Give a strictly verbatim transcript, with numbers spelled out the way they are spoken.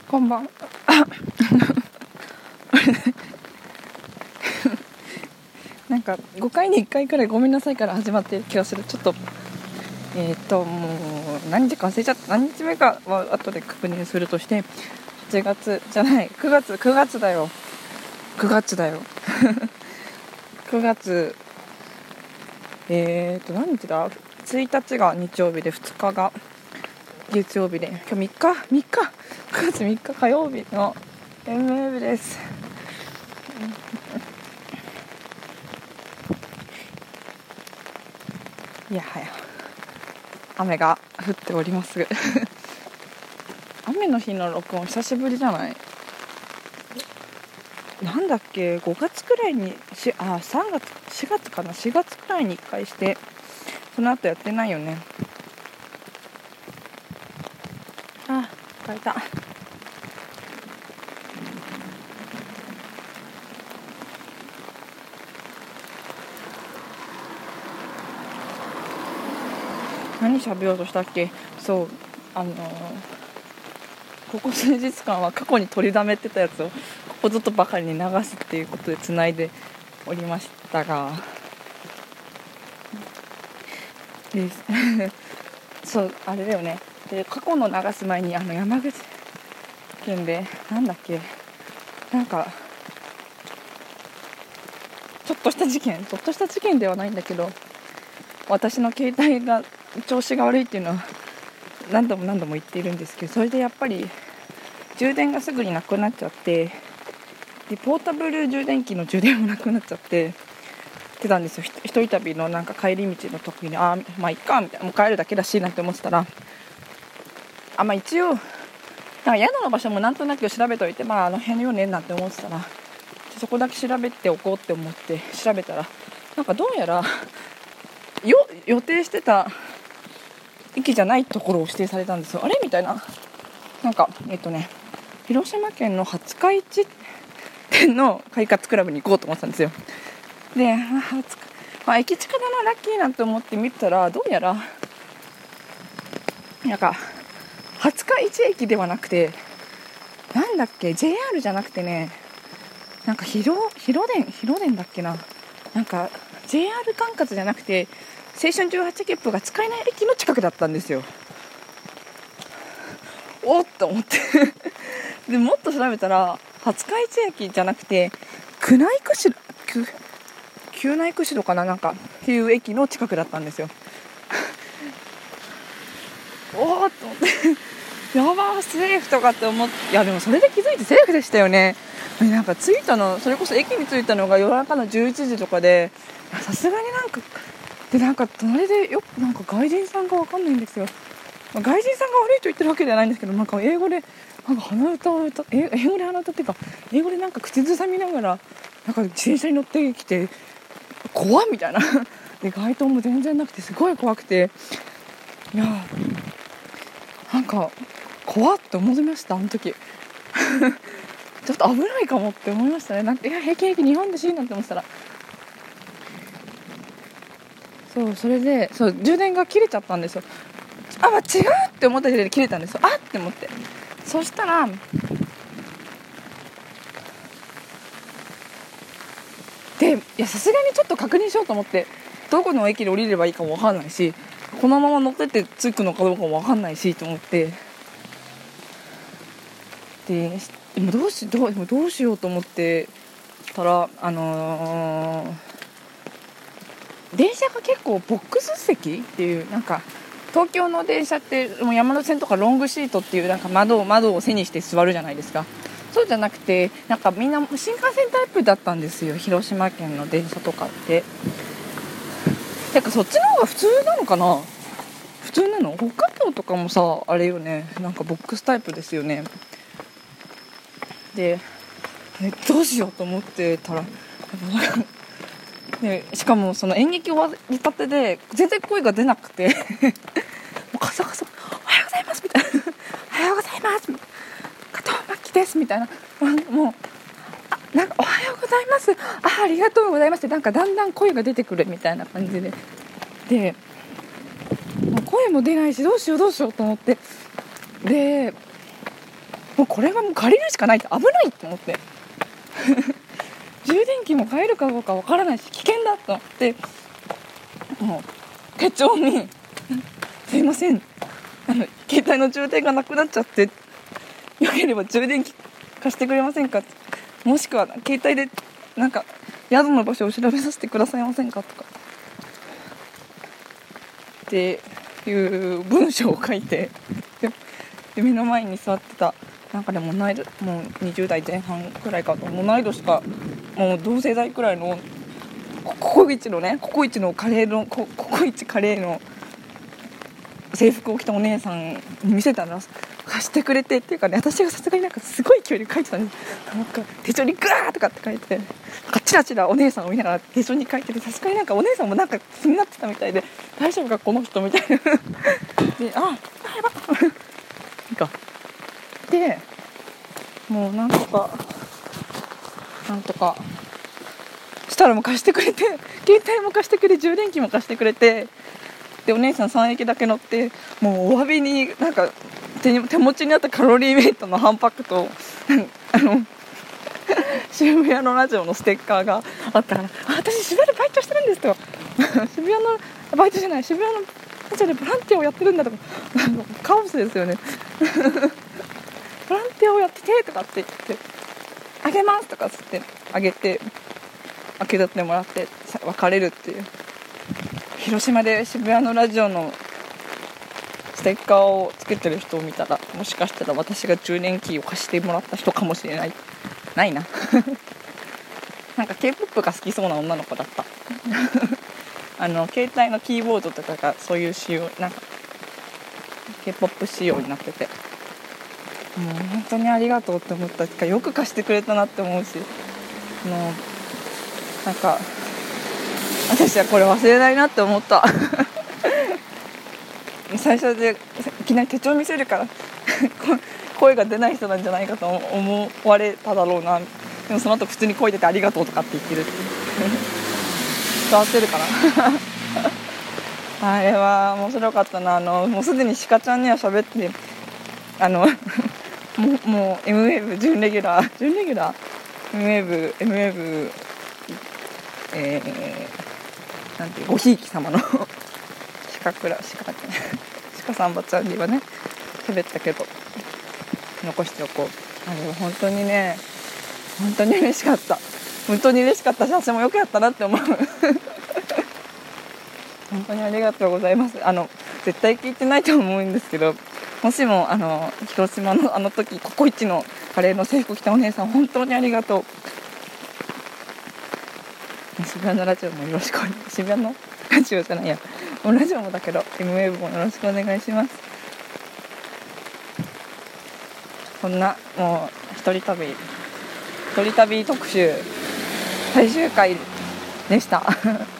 こんばんなんかごかいにいっかいくらいごめんなさいから始まってる気がする。ちょっとえっ、ー、ともう何日か忘れちゃった。何日目かは後で確認するとして、はちがつじゃないくがつくがつだよくがつだよくがつえっ、ー、と何日だ。ついたちが日曜日でふつかが月曜日で、今日みっかみっかくがつみっか火曜日の エムエー 部です。いやはや雨が降っております雨の日の録音久しぶりじゃない？なんだっけ、ごがつくらいにしあさんがつしがつかなしがつくらいにいっかいして、その後やってないよね。あ疲れた。何喋ろうとしたっけ。そうあのー、ここ数日間は過去に取りだめてたやつをここぞとばかりに流すっていうことでつないでおりましたがでそうあれだよね。で過去の流す前にあの山口県でなんだっけなんかちょっとした事件ちょっとした事件ではないんだけど、私の携帯が調子が悪いっていうのは何度も何度も言っているんですけど、それでやっぱり充電がすぐになくなっちゃって、でポータブル充電器の充電もなくなっちゃっててたんですよ。一人旅のなんか帰り道の時にあーまあいっかみたいな、もう帰るだけだしなんて思ってたら、あまあ一応なんか宿の場所もなんとなく調べといて、まああの辺よねなんて思ってたら、そこだけ調べておこうって思って調べたら、なんかどうやらよ予定してた駅じゃないところを指定されたんですよ。あれみたいな。なんかえっとね広島県の廿日市店の快活クラブに行こうと思ってたんですよ。で、まあ、駅近だなラッキーなんて思って見たら、どうやらなんか廿日市駅ではなくて、なんだっけ ジェイアール じゃなくてね、なんか広広電広電だっけな、なんか ジェイアール 管轄じゃなくて青春じゅうはち切符が使えない駅の近くだったんですよ。おっと思ってでもっと調べたら廿日市駅じゃなくて宮内釧路宮内釧路かななんかっていう駅の近くだったんですよおーっと思ってやばーセーフとかって思って、いやでもそれで気づいてセーフでしたよね。なんか着いたのそれこそ駅に着いたのが夜中のじゅういちじとかで、さすがになんかでなんか隣でよくなんか外人さんが分かんないんですよ。外人さんが悪いと言ってるわけではないんですけど、なんか英語でなんか鼻歌を歌英語で鼻歌っていうか英語でなんか口ずさみながらなんか自転車に乗ってきて怖っみたいなで街灯も全然なくてすごい怖くて、いやなんか怖って思いましたあの時ちょっと危ないかもって思いましたね。なんかいや平気平気日本でしいなんて思ってたら、そうそれでそう充電が切れちゃったんですよ。あ、まあ、違うって思った時で切れたんですよ。あって思って、そしたらでいやさすがにちょっと確認しようと思って、どこの駅で降りればいいかも分かんないし、このまま乗ってって着くのかどうかも分かんないしと思って、ででもどうしどうどうしようと思ってたら、あのー、電車が結構ボックス席っていうなんか東京の電車ってもう山手線とかロングシートっていうなんか窓を窓を背にして座るじゃないですか。そうじゃなくてなんかみんな新幹線タイプだったんですよ、広島県の電車とかって。てかそっちの方が普通なのかな。普通なの？北海道とかもさあれよね、なんかボックスタイプですよね。でえどうしようと思ってたらでしかもその演劇終わりたてで全然声が出なくてもうカサカサおはようございますみたいなおはようございます加藤真希ですみたいな、もうあなんかおはようございます あ, ありがとうございますってなんかだんだん声が出てくるみたいな感じで、でもう声も出ないしどうしようどうしようと思って、でもうこれはもう借りるしかないって、危ないって思って充電器も買えるかどうかわからないし危険だと思って、もう手帳にすいません、あの携帯の充電がなくなっちゃって、よければ充電器貸してくれませんか、もしくは携帯でなんか宿の場所を調べさせてくださいませんかとかっていう文章を書いて、で目の前に座ってたなんかでも同いもうにじゅう代前半くらいかと、同い年かもう同世代くらいのココイチのねココイチのカレーのココイチカレーの制服を着たお姉さんに見せたら貸してくれてっていうかね、私がさすがになんかすごい勢いで書いてたんです。なんか手帳にグワーとかって書いて、なんかチラチラお姉さんを見ながら手帳に書いてて、さすがになんかお姉さんもなんか気になってたみたいで、大丈夫かこの人みたいなで、ああやばっなんかでもうなんとかなんとかしたらもう貸してくれて、携帯も貸してくれ、充電器も貸してくれて、でお姉さんさん駅だけ乗って、もうお詫びになんか 手, 手持ちにあったカロリーメイトの半パックとあの渋谷のラジオのステッカーがあったから、あ私渋谷でバイトしてるんですと渋谷のバイトじゃない渋谷のラジオでボランティアをやってるんだとかカオスですよねボランティアをやっててとかって言ってあげますとかつってあげて開け取ってもらって別れるっていう、広島で渋谷のラジオのステッカーをつけてる人を見たら、もしかしたら私が充電器を貸してもらった人かもしれない。ないななんか K-ポップ が好きそうな女の子だったあの携帯のキーボードとかがそういう仕様、なんか K-ポップ 仕様になってて、もう本当にありがとうって思ったしか、よく貸してくれたなって思うし、もうなんか私はこれ忘れないなって思った最初でいきなり手帳見せるから声が出ない人なんじゃないかと思われただろうな。でもその後普通に声出てありがとうとかって言ってるって伝わってるかなあれは面白かったな。あのもうすでに鹿ちゃんには喋ってあのもう、もう エムウェーブ 準レギュラー準レギュラー エムウェーブ エムウェーブえー、なんていうごひいき様の鹿倉鹿鹿さんばちゃんにはね喋ったけど残しておこう。あれは本当にね本当に嬉しかった。本当に嬉しかったし、私もよくやったなって思う本当にありがとうございます。あの絶対聞いてないと思うんですけど、もしもあの広島のあの時ココイチのカレーの制服着たお姉さん本当にありがとう。渋谷のラジオもよろしくお願い渋谷のラジオじゃないやもうラジオもだけど エムウェーブ もよろしくお願いします。こんなもう一人旅一人旅特集最終回でした